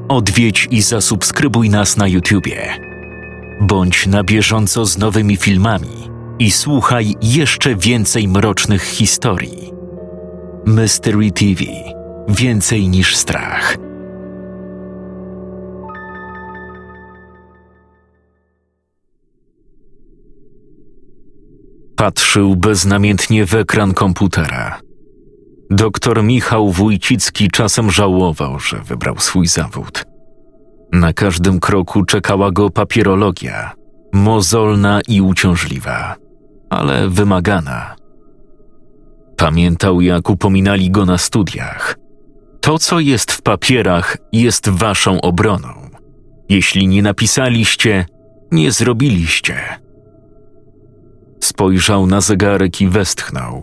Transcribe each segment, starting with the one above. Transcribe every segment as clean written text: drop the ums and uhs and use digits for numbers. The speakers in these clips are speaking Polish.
odwiedź i zasubskrybuj nas na YouTubie. Bądź na bieżąco z nowymi filmami i słuchaj jeszcze więcej mrocznych historii. Mystery TV. Więcej niż strach. Patrzył beznamiętnie w ekran komputera. Doktor Michał Wójcicki czasem żałował, że wybrał swój zawód. Na każdym kroku czekała go papierologia, mozolna i uciążliwa, ale wymagana. Pamiętał, jak upominali go na studiach. To, co jest w papierach, jest waszą obroną. Jeśli nie napisaliście, nie zrobiliście. Spojrzał na zegarek i westchnął.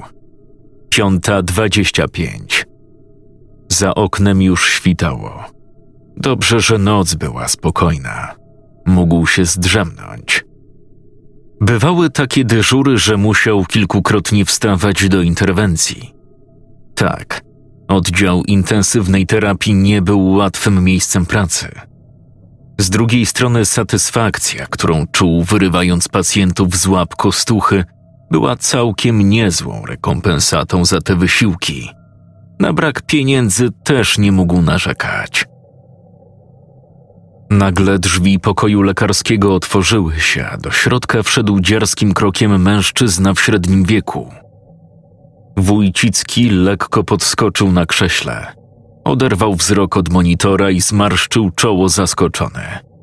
5:25. Za oknem już świtało. Dobrze, że noc była spokojna. Mógł się zdrzemnąć. Bywały takie dyżury, że musiał kilkukrotnie wstawać do interwencji. Tak, oddział intensywnej terapii nie był łatwym miejscem pracy. Z drugiej strony satysfakcja, którą czuł wyrywając pacjentów z łap kostuchy, była całkiem niezłą rekompensatą za te wysiłki. Na brak pieniędzy też nie mógł narzekać. Nagle drzwi pokoju lekarskiego otworzyły się, a do środka wszedł dziarskim krokiem mężczyzna w średnim wieku. Wójcicki lekko podskoczył na krześle. Oderwał wzrok od monitora i zmarszczył czoło zaskoczony.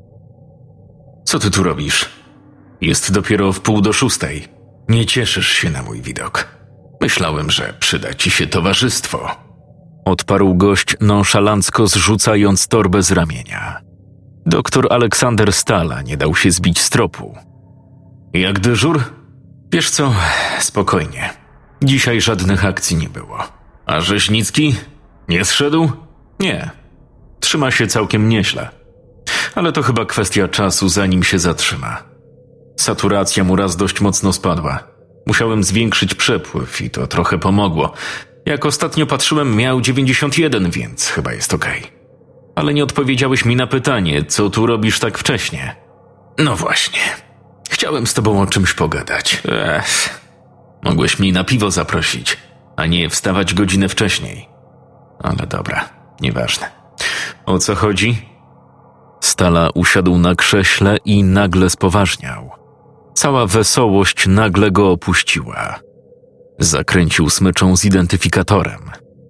Co ty tu robisz? Jest dopiero 5:45. Nie cieszysz się na mój widok. Myślałem, że przyda ci się towarzystwo. Odparł gość nonszalancko, zrzucając torbę z ramienia. Doktor Aleksander Stala nie dał się zbić z tropu. Jak dyżur? Wiesz co, spokojnie. Dzisiaj żadnych akcji nie było. A Rzeźnicki? Nie zszedł? Nie. Trzyma się całkiem nieźle. Ale to chyba kwestia czasu, zanim się zatrzyma. Saturacja mu raz dość mocno spadła. Musiałem zwiększyć przepływ i to trochę pomogło. Jak ostatnio patrzyłem, miał 91, więc chyba jest okej. Ale nie odpowiedziałeś mi na pytanie, co tu robisz tak wcześnie? No właśnie. Chciałem z tobą o czymś pogadać. Mogłeś mnie na piwo zaprosić, a nie wstawać godzinę wcześniej. Ale dobra, nieważne. O co chodzi? Stala usiadł na krześle i nagle spoważniał. Cała wesołość nagle go opuściła. Zakręcił smyczą z identyfikatorem.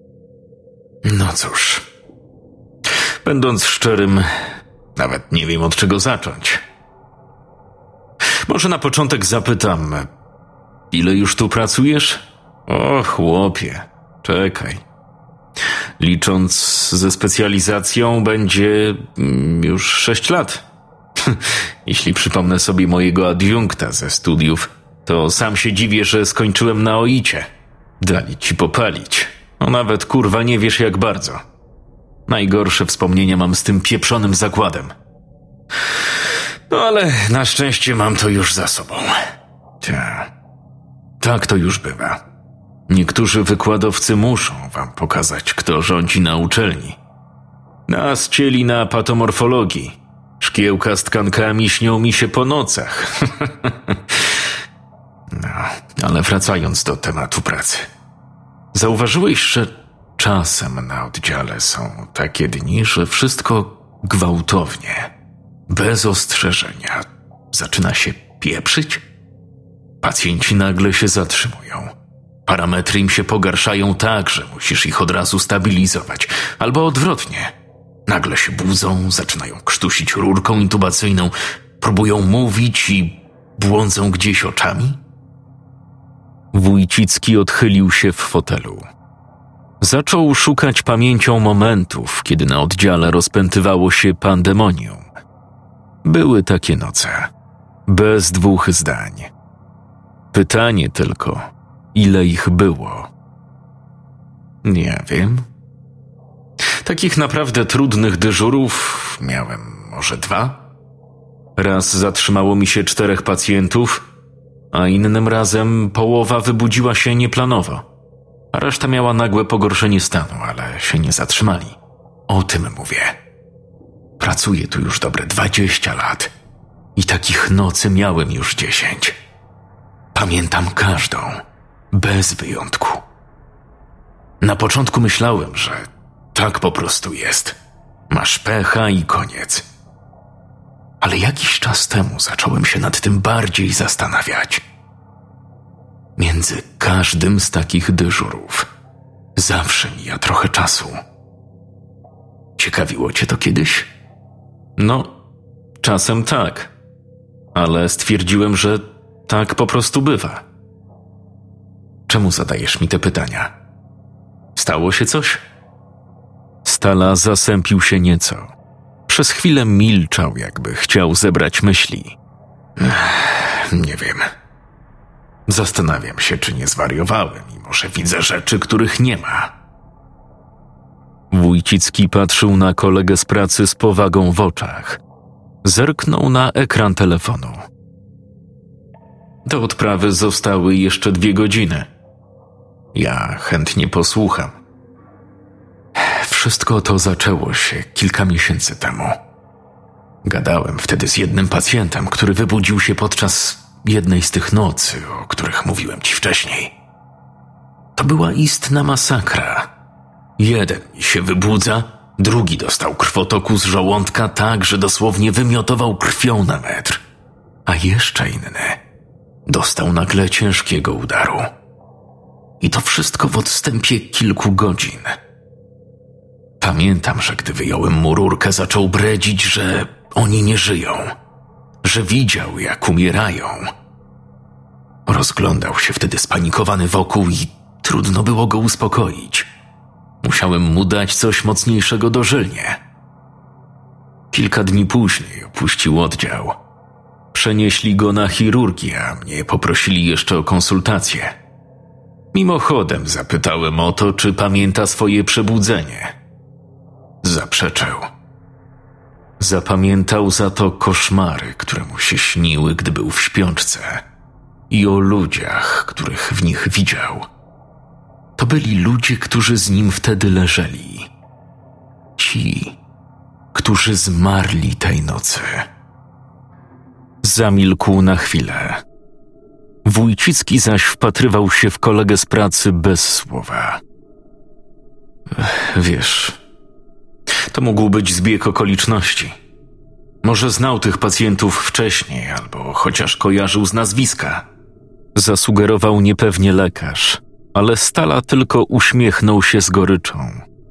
No cóż. Będąc szczerym, nawet nie wiem od czego zacząć. Może na początek zapytam, ile już tu pracujesz? O chłopie, czekaj. Licząc ze specjalizacją będzie już 6 lat. Jeśli przypomnę sobie mojego adiunkta ze studiów, to sam się dziwię, że skończyłem na OIC-cie. Dali ci popalić. No nawet kurwa nie wiesz jak bardzo. Najgorsze wspomnienia mam z tym pieprzonym zakładem. No ale na szczęście mam to już za sobą. Tak to już bywa. Niektórzy wykładowcy muszą wam pokazać, kto rządzi na uczelni. Nas cieli na patomorfologii. Szkiełka z tkankami śnią mi się po nocach. No, ale wracając do tematu pracy. Zauważyłeś, że czasem na oddziale są takie dni, że wszystko gwałtownie, bez ostrzeżenia, zaczyna się pieprzyć? Pacjenci nagle się zatrzymują. Parametry im się pogarszają tak, że musisz ich od razu stabilizować. Albo odwrotnie. Nagle się budzą, zaczynają krztusić rurką intubacyjną, próbują mówić i błądzą gdzieś oczami? Wójcicki odchylił się w fotelu. Zaczął szukać pamięcią momentów, kiedy na oddziale rozpętywało się pandemonium. Były takie noce, bez 2 zdań. Pytanie tylko, ile ich było? Nie wiem. Takich naprawdę trudnych dyżurów miałem może 2. Raz zatrzymało mi się 4 pacjentów, a innym razem połowa wybudziła się nieplanowo. A reszta miała nagłe pogorszenie stanu, ale się nie zatrzymali. O tym mówię. Pracuję tu już dobre 20 lat i takich nocy miałem już 10. Pamiętam każdą, bez wyjątku. Na początku myślałem, że tak po prostu jest. Masz pecha i koniec. Ale jakiś czas temu zacząłem się nad tym bardziej zastanawiać. Między każdym z takich dyżurów zawsze mija trochę czasu. Ciekawiło cię to kiedyś? No, czasem tak. Ale stwierdziłem, że tak po prostu bywa. Czemu zadajesz mi te pytania? Stało się coś? Stala zasępił się nieco. Przez chwilę milczał, jakby chciał zebrać myśli. Nie wiem. Zastanawiam się, czy nie zwariowałem i może widzę rzeczy, których nie ma. Wójcicki patrzył na kolegę z pracy z powagą w oczach. Zerknął na ekran telefonu. Do odprawy zostały jeszcze 2 godziny. Ja chętnie posłucham. Wszystko to zaczęło się kilka miesięcy temu. Gadałem wtedy z jednym pacjentem, który wybudził się podczas jednej z tych nocy, o których mówiłem ci wcześniej. To była istna masakra. Jeden się wybudza, drugi dostał krwotoku z żołądka tak, że dosłownie wymiotował krwią na metr. A jeszcze inny dostał nagle ciężkiego udaru. I to wszystko w odstępie kilku godzin. Pamiętam, że gdy wyjąłem mu rurkę, zaczął bredzić, że oni nie żyją, że widział, jak umierają. Rozglądał się wtedy spanikowany wokół i trudno było go uspokoić. Musiałem mu dać coś mocniejszego dożylnie. Kilka dni później opuścił oddział. Przenieśli go na chirurgię, a mnie poprosili jeszcze o konsultację. Mimochodem zapytałem o to, czy pamięta swoje przebudzenie. Zaprzeczył. Zapamiętał za to koszmary, które mu się śniły, gdy był w śpiączce, i o ludziach, których w nich widział. To byli ludzie, którzy z nim wtedy leżeli. Ci, którzy zmarli tej nocy. Zamilkł na chwilę. Wójcicki zaś wpatrywał się w kolegę z pracy bez słowa. Wiesz, to mógł być zbieg okoliczności. Może znał tych pacjentów wcześniej, albo chociaż kojarzył z nazwiska. Zasugerował niepewnie lekarz, ale Stala tylko uśmiechnął się z goryczą.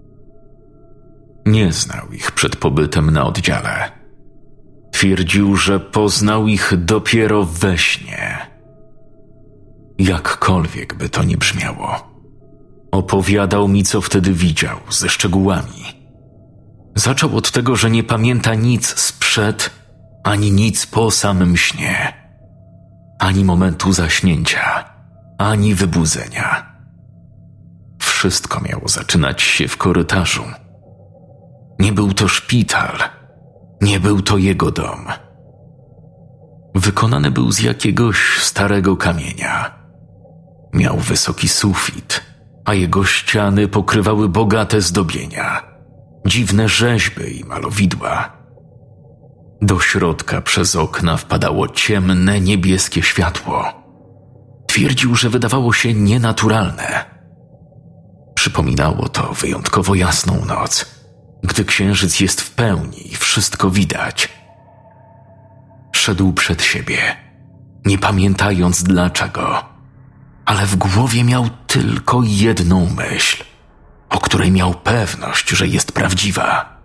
Nie znał ich przed pobytem na oddziale. Twierdził, że poznał ich dopiero we śnie. Jakkolwiek by to nie brzmiało, opowiadał mi, co wtedy widział, ze szczegółami. Zaczął od tego, że nie pamięta nic sprzed, ani nic po samym śnie. Ani momentu zaśnięcia, ani wybudzenia. Wszystko miało zaczynać się w korytarzu. Nie był to szpital, nie był to jego dom. Wykonany był z jakiegoś starego kamienia. Miał wysoki sufit, a jego ściany pokrywały bogate zdobienia, dziwne rzeźby i malowidła. Do środka przez okna wpadało ciemne, niebieskie światło. Twierdził, że wydawało się nienaturalne. Przypominało to wyjątkowo jasną noc, gdy księżyc jest w pełni i wszystko widać. Szedł przed siebie, nie pamiętając dlaczego, ale w głowie miał tylko jedną myśl, o której miał pewność, że jest prawdziwa.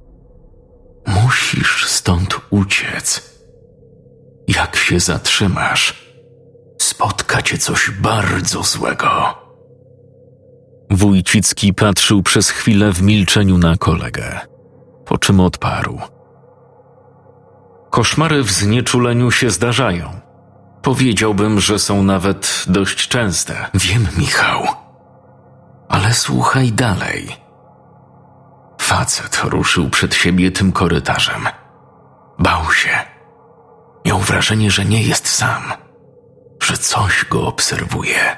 Musisz stąd uciec. Jak się zatrzymasz, spotka cię coś bardzo złego. Wójcicki patrzył przez chwilę w milczeniu na kolegę, po czym odparł. Koszmary w znieczuleniu się zdarzają. Powiedziałbym, że są nawet dość częste. Wiem, Michał, ale słuchaj dalej. Facet ruszył przed siebie tym korytarzem. Bał się. Miał wrażenie, że nie jest sam, że coś go obserwuje.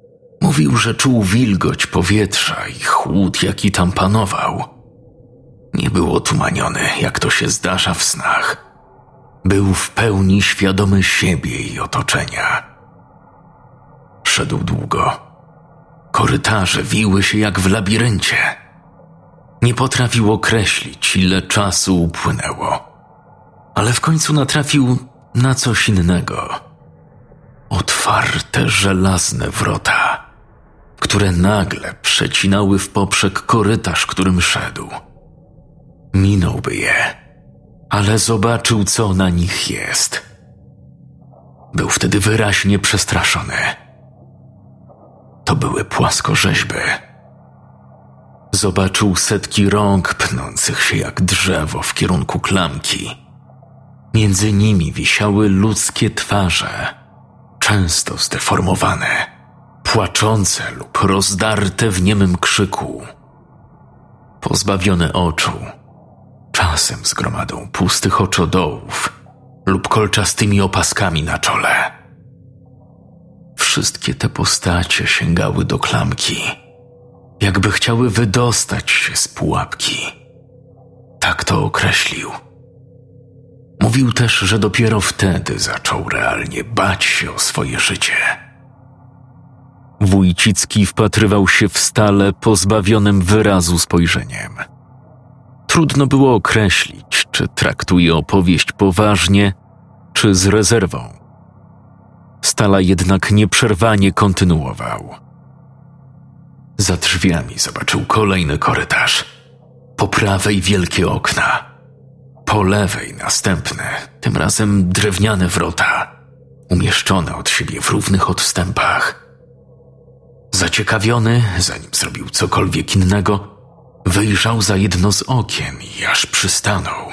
Mówił, że czuł wilgoć powietrza i chłód, jaki tam panował. Nie był otumaniony, jak to się zdarza w snach. Był w pełni świadomy siebie i otoczenia. Szedł długo. Korytarze wiły się jak w labiryncie. Nie potrafił określić, ile czasu upłynęło. Ale w końcu natrafił na coś innego. Otwarte, żelazne wrota, które nagle przecinały w poprzek korytarz, którym szedł. Minąłby je, ale zobaczył, co na nich jest. Był wtedy wyraźnie przestraszony. To były płaskorzeźby. Zobaczył setki rąk pnących się jak drzewo w kierunku klamki. Między nimi wisiały ludzkie twarze, często zdeformowane, płaczące lub rozdarte w niemym krzyku. Pozbawione oczu, czasem z gromadą pustych oczodołów lub kolczastymi opaskami na czole. Wszystkie te postacie sięgały do klamki, jakby chciały wydostać się z pułapki. Tak to określił. Mówił też, że dopiero wtedy zaczął realnie bać się o swoje życie. Wójcicki wpatrywał się w stale pozbawionym wyrazu spojrzeniem. Trudno było określić, czy traktuje opowieść poważnie, czy z rezerwą. Stala jednak nieprzerwanie kontynuował. Za drzwiami zobaczył kolejny korytarz. Po prawej wielkie okna. Po lewej następne, tym razem drewniane wrota, umieszczone od siebie w równych odstępach. Zaciekawiony, zanim zrobił cokolwiek innego, wyjrzał za jedno z okien i aż przystanął.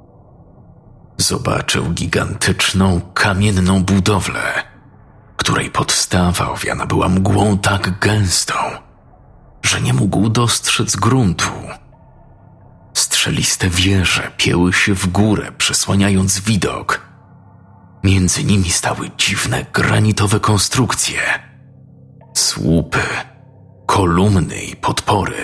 Zobaczył gigantyczną, kamienną budowlę, której podstawa owiana była mgłą tak gęstą, że nie mógł dostrzec gruntu. Strzeliste wieże pieły się w górę, przesłaniając widok. Między nimi stały dziwne, granitowe konstrukcje. Słupy, kolumny i podpory.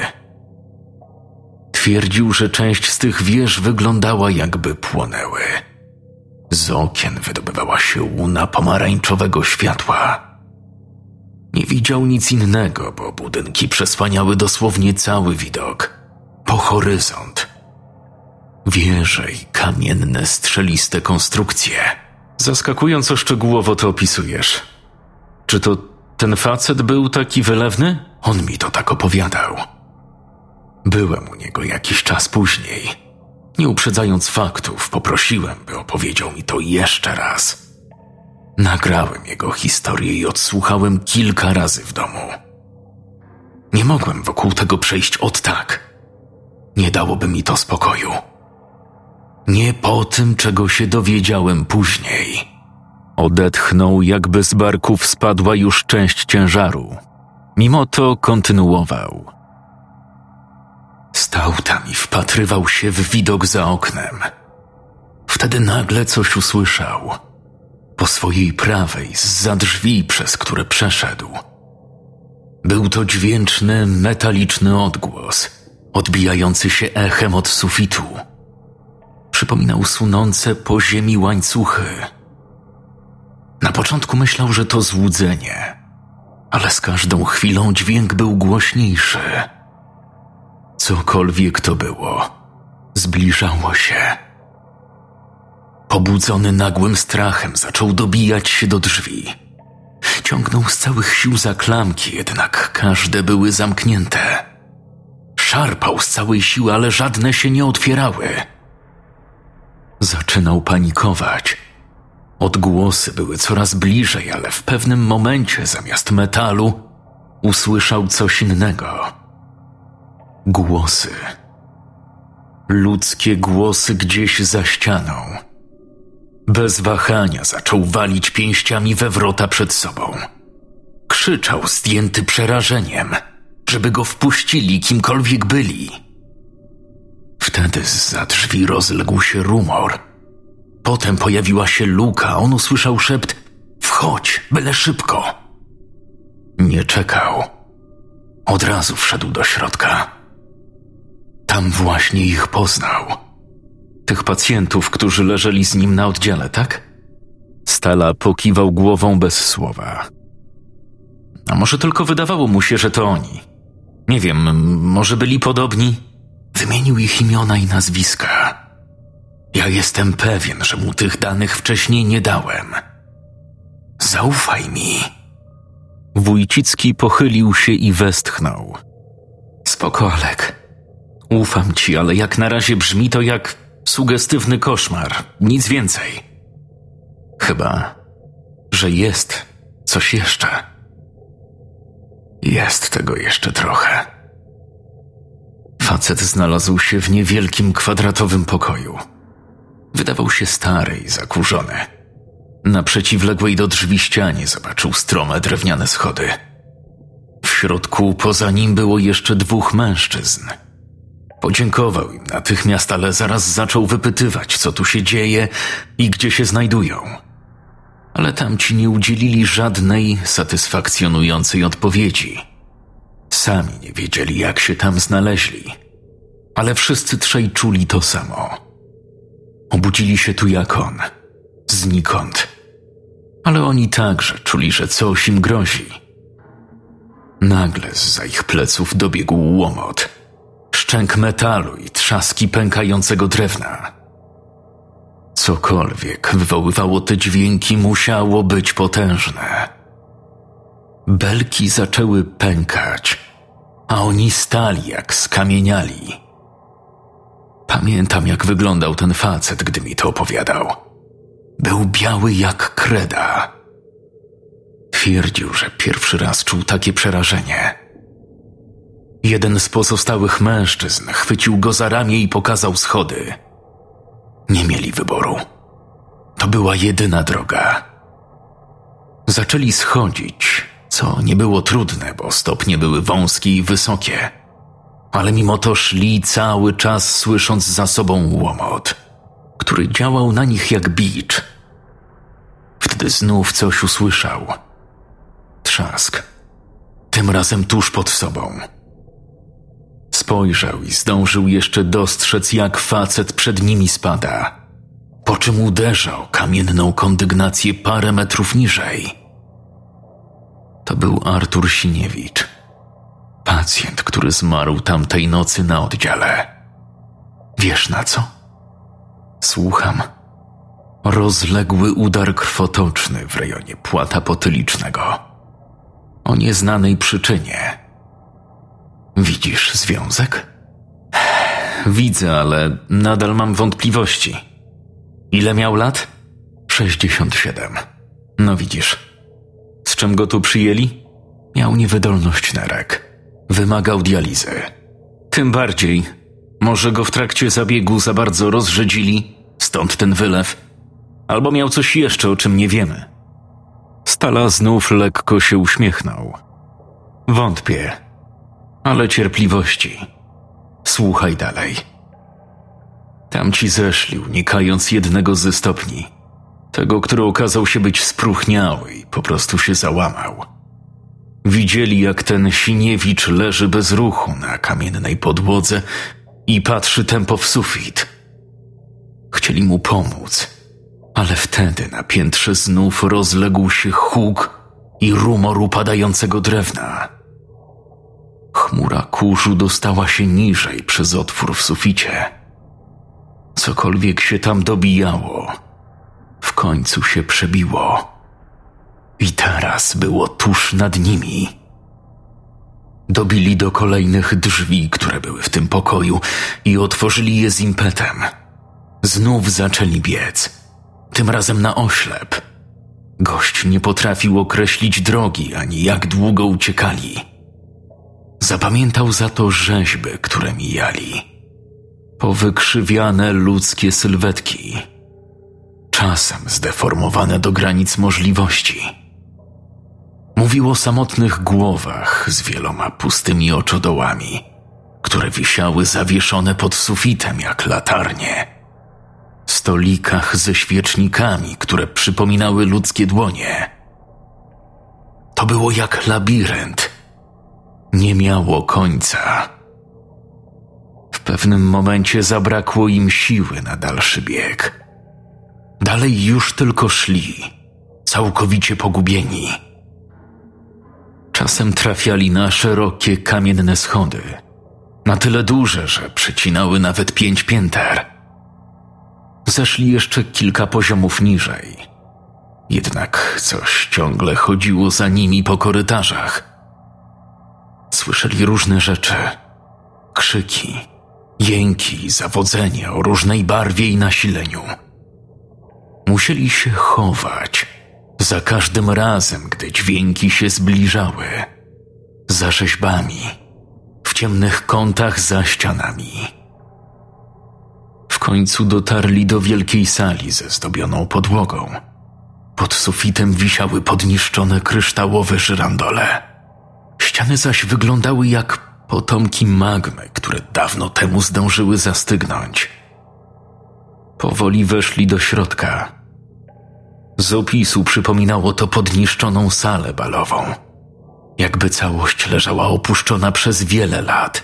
Twierdził, że część z tych wież wyglądała, jakby płonęły. Z okien wydobywała się łuna pomarańczowego światła. Nie widział nic innego, bo budynki przesłaniały dosłownie cały widok. Po horyzont. Wieże i kamienne, strzeliste konstrukcje. Zaskakująco szczegółowo to opisujesz. Czy to ten facet był taki wylewny? On mi to tak opowiadał. Byłem u niego jakiś czas później. Nie uprzedzając faktów, poprosiłem, by opowiedział mi to jeszcze raz. Nagrałem jego historię i odsłuchałem kilka razy w domu. Nie mogłem wokół tego przejść od tak. Nie dałoby mi to spokoju. Nie po tym, czego się dowiedziałem później. Odetchnął, jakby z barków spadła już część ciężaru. Mimo to kontynuował. Stał tam i wpatrywał się w widok za oknem. Wtedy nagle coś usłyszał. Po swojej prawej, zza drzwi, przez które przeszedł. Był to dźwięczny, metaliczny odgłos, odbijający się echem od sufitu. Przypominał sunące po ziemi łańcuchy. Na początku myślał, że to złudzenie, ale z każdą chwilą dźwięk był głośniejszy. Cokolwiek to było, zbliżało się. Pobudzony nagłym strachem zaczął dobijać się do drzwi. Ciągnął z całych sił za klamki, jednak każde były zamknięte. Szarpał z całej siły, ale żadne się nie otwierały. Zaczynał panikować. Odgłosy były coraz bliżej, ale w pewnym momencie zamiast metalu usłyszał coś innego. Głosy. Ludzkie głosy gdzieś za ścianą. Bez wahania zaczął walić pięściami we wrota przed sobą. Krzyczał zdjęty przerażeniem, żeby go wpuścili, kimkolwiek byli. Wtedy zza drzwi rozległ się rumor. Potem pojawiła się luka, on usłyszał szept: wchodź, byle szybko. Nie czekał. Od razu wszedł do środka. Tam właśnie ich poznał. Tych pacjentów, którzy leżeli z nim na oddziale, tak? Stala pokiwał głową bez słowa. A może tylko wydawało mu się, że to oni. Nie wiem, może byli podobni? Wymienił ich imiona i nazwiska. Ja jestem pewien, że mu tych danych wcześniej nie dałem. Zaufaj mi. Wójcicki pochylił się i westchnął. Spoko, Alek. Ufam ci, ale jak na razie brzmi to jak sugestywny koszmar. Nic więcej. Chyba, że jest coś jeszcze. Jest tego jeszcze trochę. Facet znalazł się w niewielkim kwadratowym pokoju. Wydawał się stary i zakurzony. Na przeciwległej do drzwi ścianie zobaczył strome drewniane schody. W środku poza nim było jeszcze 2 mężczyzn. Podziękował im natychmiast, ale zaraz zaczął wypytywać, co tu się dzieje i gdzie się znajdują. Ale tamci nie udzielili żadnej satysfakcjonującej odpowiedzi. Sami nie wiedzieli, jak się tam znaleźli. Ale wszyscy trzej czuli to samo. Obudzili się tu jak on. Znikąd. Ale oni także czuli, że coś im grozi. Nagle zza ich pleców dobiegł łomot. Szczęk metalu i trzaski pękającego drewna. Cokolwiek wywoływało te dźwięki, musiało być potężne. Belki zaczęły pękać, a oni stali jak skamieniali. Pamiętam, jak wyglądał ten facet, gdy mi to opowiadał. Był biały jak kreda. Twierdził, że pierwszy raz czuł takie przerażenie. Jeden z pozostałych mężczyzn chwycił go za ramię i pokazał schody. Nie mieli wyboru. To była jedyna droga. Zaczęli schodzić, co nie było trudne, bo stopnie były wąskie i wysokie. Ale mimo to szli cały czas, słysząc za sobą łomot, który działał na nich jak bicz. Wtedy znów coś usłyszał. Trzask. Tym razem tuż pod sobą. Spojrzał i zdążył jeszcze dostrzec, jak facet przed nimi spada, po czym uderzał kamienną kondygnację parę metrów niżej. To był Artur Siniewicz, pacjent, który zmarł tamtej nocy na oddziale. Wiesz na co? Słucham. Rozległy udar krwotoczny w rejonie płata potylicznego. O nieznanej przyczynie. Widzisz związek? Widzę, ale nadal mam wątpliwości. Ile miał lat? 67. No widzisz. Z czym go tu przyjęli? Miał niewydolność nerek. Wymagał dializy. Tym bardziej. Może go w trakcie zabiegu za bardzo rozrzedzili, stąd ten wylew. Albo miał coś jeszcze, o czym nie wiemy. Stala znów lekko się uśmiechnął. Wątpię. Ale cierpliwości. Słuchaj dalej. Tamci zeszli, unikając jednego ze stopni. Tego, który okazał się być spróchniały i po prostu się załamał. Widzieli, jak ten Siniewicz leży bez ruchu na kamiennej podłodze i patrzy tępo w sufit. Chcieli mu pomóc, ale wtedy na piętrze znów rozległ się huk i rumor upadającego drewna. Chmura kurzu dostała się niżej przez otwór w suficie. Cokolwiek się tam dobijało, w końcu się przebiło. I teraz było tuż nad nimi. Dobili do kolejnych drzwi, które były w tym pokoju, i otworzyli je z impetem. Znów zaczęli biec, tym razem na oślep. Gość nie potrafił określić drogi, ani jak długo uciekali. Zapamiętał za to rzeźby, które mijali. Powykrzywiane ludzkie sylwetki, czasem zdeformowane do granic możliwości. Mówił o samotnych głowach z wieloma pustymi oczodołami, które wisiały zawieszone pod sufitem jak latarnie. Stolikach ze świecznikami, które przypominały ludzkie dłonie. To było jak labirynt. Nie miało końca. W pewnym momencie zabrakło im siły na dalszy bieg. Dalej już tylko szli, całkowicie pogubieni. Czasem trafiali na szerokie kamienne schody, na tyle duże, że przecinały nawet 5 pięter. Zeszli jeszcze kilka poziomów niżej, jednak coś ciągle chodziło za nimi po korytarzach. Słyszeli różne rzeczy, krzyki, jęki, zawodzenie o różnej barwie i nasileniu. Musieli się chować za każdym razem, gdy dźwięki się zbliżały, za rzeźbami, w ciemnych kątach za ścianami. W końcu dotarli do wielkiej sali ze zdobioną podłogą. Pod sufitem wisiały podniszczone kryształowe żyrandole. Ściany zaś wyglądały jak potomki magmy, które dawno temu zdążyły zastygnąć. Powoli weszli do środka. Z opisu przypominało to podniszczoną salę balową, jakby całość leżała opuszczona przez wiele lat.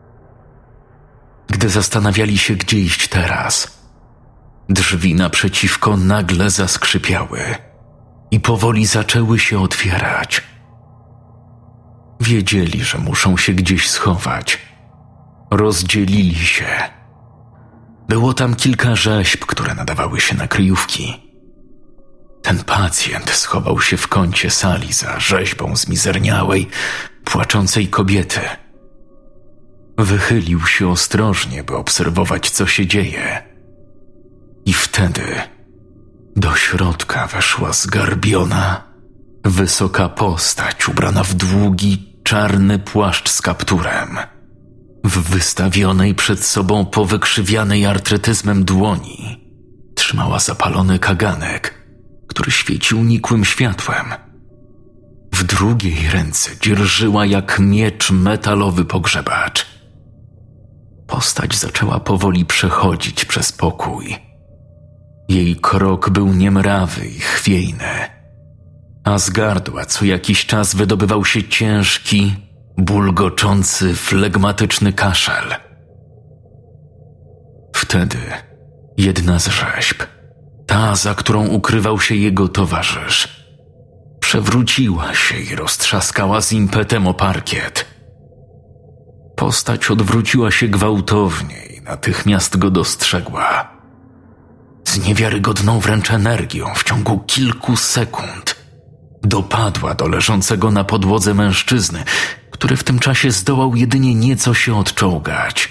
Gdy zastanawiali się, gdzie iść teraz, drzwi naprzeciwko nagle zaskrzypiały i powoli zaczęły się otwierać. Wiedzieli, że muszą się gdzieś schować. Rozdzielili się. Było tam kilka rzeźb, które nadawały się na kryjówki. Ten pacjent schował się w kącie sali za rzeźbą zmizerniałej, płaczącej kobiety. Wychylił się ostrożnie, by obserwować, co się dzieje. I wtedy do środka weszła zgarbiona, wysoka postać ubrana w długi, czarny płaszcz z kapturem. W wystawionej przed sobą powykrzywianej artretyzmem dłoni trzymała zapalony kaganek, który świecił nikłym światłem. W drugiej ręce dzierżyła jak miecz metalowy pogrzebacz. Postać zaczęła powoli przechodzić przez pokój. Jej krok był niemrawy i chwiejny, a z gardła co jakiś czas wydobywał się ciężki, bulgoczący, flegmatyczny kaszel. Wtedy jedna z rzeźb, ta, za którą ukrywał się jego towarzysz, przewróciła się i roztrzaskała z impetem o parkiet. Postać odwróciła się gwałtownie i natychmiast go dostrzegła. Z niewiarygodną wręcz energią w ciągu kilku sekund dopadła do leżącego na podłodze mężczyzny, który w tym czasie zdołał jedynie nieco się odczołgać.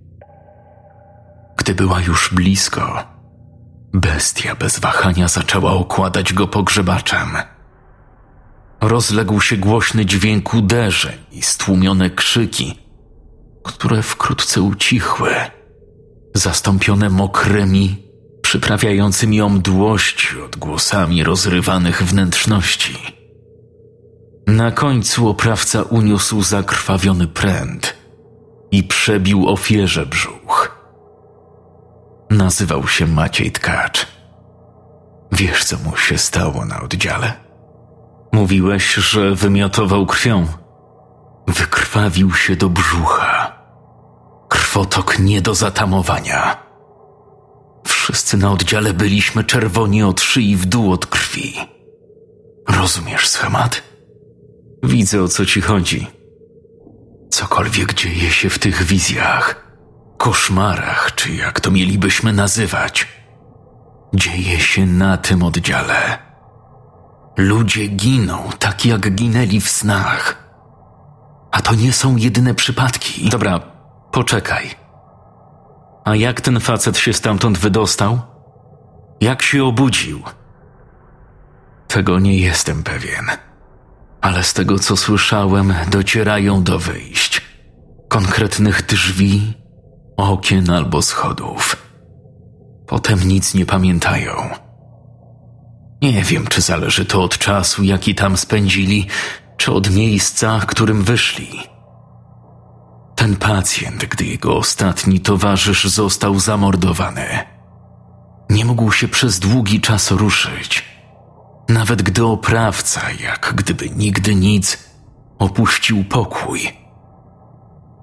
Gdy była już blisko, bestia bez wahania zaczęła okładać go pogrzebaczem. Rozległ się głośny dźwięk uderzeń i stłumione krzyki, które wkrótce ucichły, zastąpione mokrymi, przyprawiającymi o mdłość odgłosami rozrywanych wnętrzności. Na końcu oprawca uniósł zakrwawiony pręt i przebił ofierze brzuch. Nazywał się Maciej Tkacz. Wiesz, co mu się stało na oddziale? Mówiłeś, że wymiotował krwią. Wykrwawił się do brzucha. Krwotok nie do zatamowania. Wszyscy na oddziale byliśmy czerwoni od szyi w dół od krwi. Rozumiesz schemat? Widzę, o co ci chodzi. Cokolwiek dzieje się w tych wizjach, koszmarach, czy jak to mielibyśmy nazywać, dzieje się na tym oddziale. Ludzie giną tak, jak ginęli w snach. A to nie są jedyne przypadki. Dobra, poczekaj. A jak ten facet się stamtąd wydostał? Jak się obudził? Tego nie jestem pewien. Ale z tego, co słyszałem, docierają do wyjść. Konkretnych drzwi, okien albo schodów. Potem nic nie pamiętają. Nie wiem, czy zależy to od czasu, jaki tam spędzili, czy od miejsca, którym wyszli. Ten pacjent, gdy jego ostatni towarzysz został zamordowany, nie mógł się przez długi czas ruszyć. Nawet gdy oprawca, jak gdyby nigdy nic, opuścił pokój.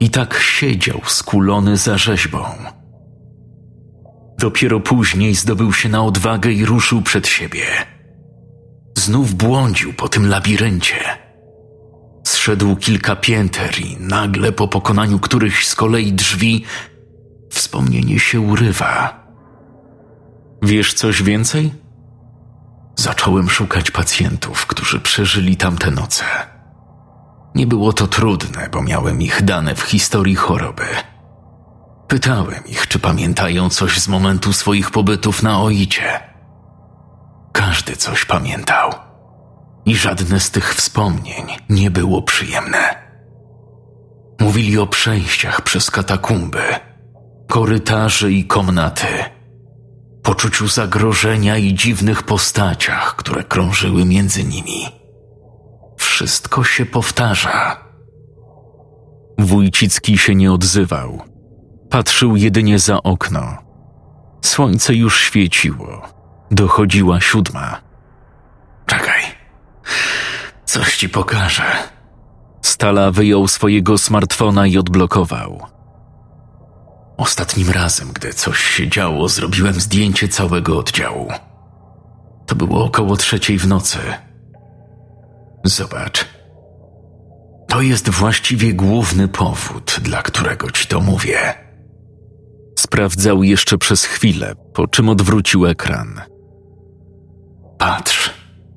I tak siedział skulony za rzeźbą. Dopiero później zdobył się na odwagę i ruszył przed siebie. Znów błądził po tym labiryncie. Zszedł kilka pięter i nagle po pokonaniu którychś z kolei drzwi wspomnienie się urywa. Wiesz coś więcej? Zacząłem szukać pacjentów, którzy przeżyli tamte noce. Nie było to trudne, bo miałem ich dane w historii choroby. Pytałem ich, czy pamiętają coś z momentu swoich pobytów na Oicie. Każdy coś pamiętał. I żadne z tych wspomnień nie było przyjemne. Mówili o przejściach przez katakumby, korytarze i komnaty, poczuciu zagrożenia i dziwnych postaciach, które krążyły między nimi. Wszystko się powtarza. Wójcicki się nie odzywał. Patrzył jedynie za okno. Słońce już świeciło. Dochodziła 7. Czekaj. Coś ci pokażę. Stala wyjął swojego smartfona i odblokował. Ostatnim razem, gdy coś się działo, zrobiłem zdjęcie całego oddziału. To było około 3 w nocy. Zobacz. To jest właściwie główny powód, dla którego ci to mówię. Sprawdzał jeszcze przez chwilę, po czym odwrócił ekran. Patrz.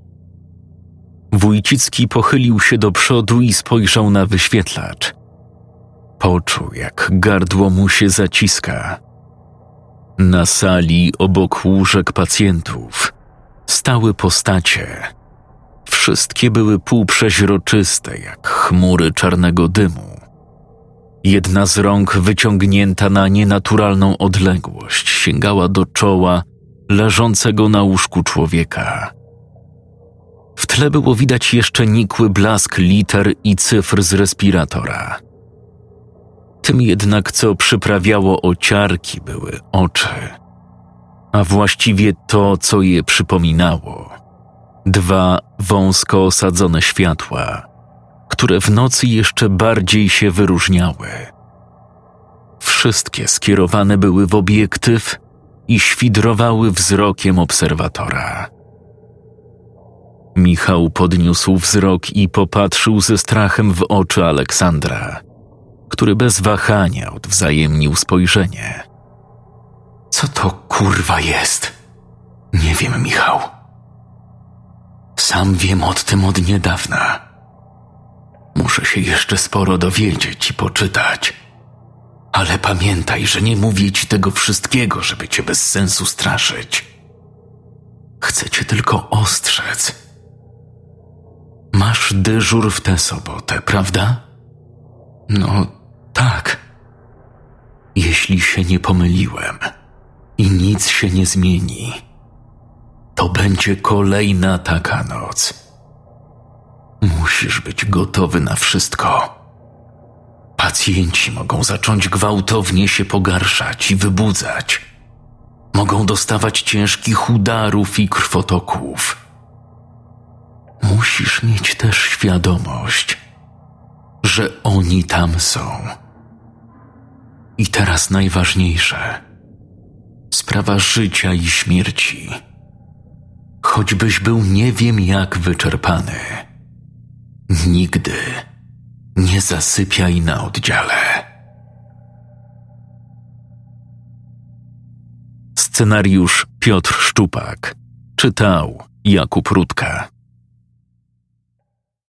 Wójcicki pochylił się do przodu i spojrzał na wyświetlacz. Poczuł, jak gardło mu się zaciska. Na sali obok łóżek pacjentów stały postacie. Wszystkie były półprzeźroczyste, jak chmury czarnego dymu. Jedna z rąk wyciągnięta na nienaturalną odległość sięgała do czoła leżącego na łóżku człowieka. W tle było widać jeszcze nikły blask liter i cyfr z respiratora. Tym jednak, co przyprawiało ociarki, były oczy, a właściwie to, co je przypominało. 2 wąsko osadzone światła, które w nocy jeszcze bardziej się wyróżniały. Wszystkie skierowane były w obiektyw i świdrowały wzrokiem obserwatora. Michał podniósł wzrok i popatrzył ze strachem w oczy Aleksandra, który bez wahania odwzajemnił spojrzenie. Co to kurwa jest? Nie wiem, Michał. Sam wiem o tym od niedawna. Muszę się jeszcze sporo dowiedzieć i poczytać. Ale pamiętaj, że nie mówię ci tego wszystkiego, żeby cię bez sensu straszyć. Chcę cię tylko ostrzec. Masz dyżur w tę sobotę, prawda? No, tak. Jeśli się nie pomyliłem i nic się nie zmieni, to będzie kolejna taka noc. Musisz być gotowy na wszystko. Pacjenci mogą zacząć gwałtownie się pogarszać i wybudzać. Mogą dostawać ciężkich udarów i krwotoków. Musisz mieć też świadomość, że oni tam są. I teraz najważniejsze. Sprawa życia i śmierci. Choćbyś był nie wiem jak wyczerpany, nigdy nie zasypiaj na oddziale. Scenariusz Piotr Szczupak. Czytał Jakub Rutka.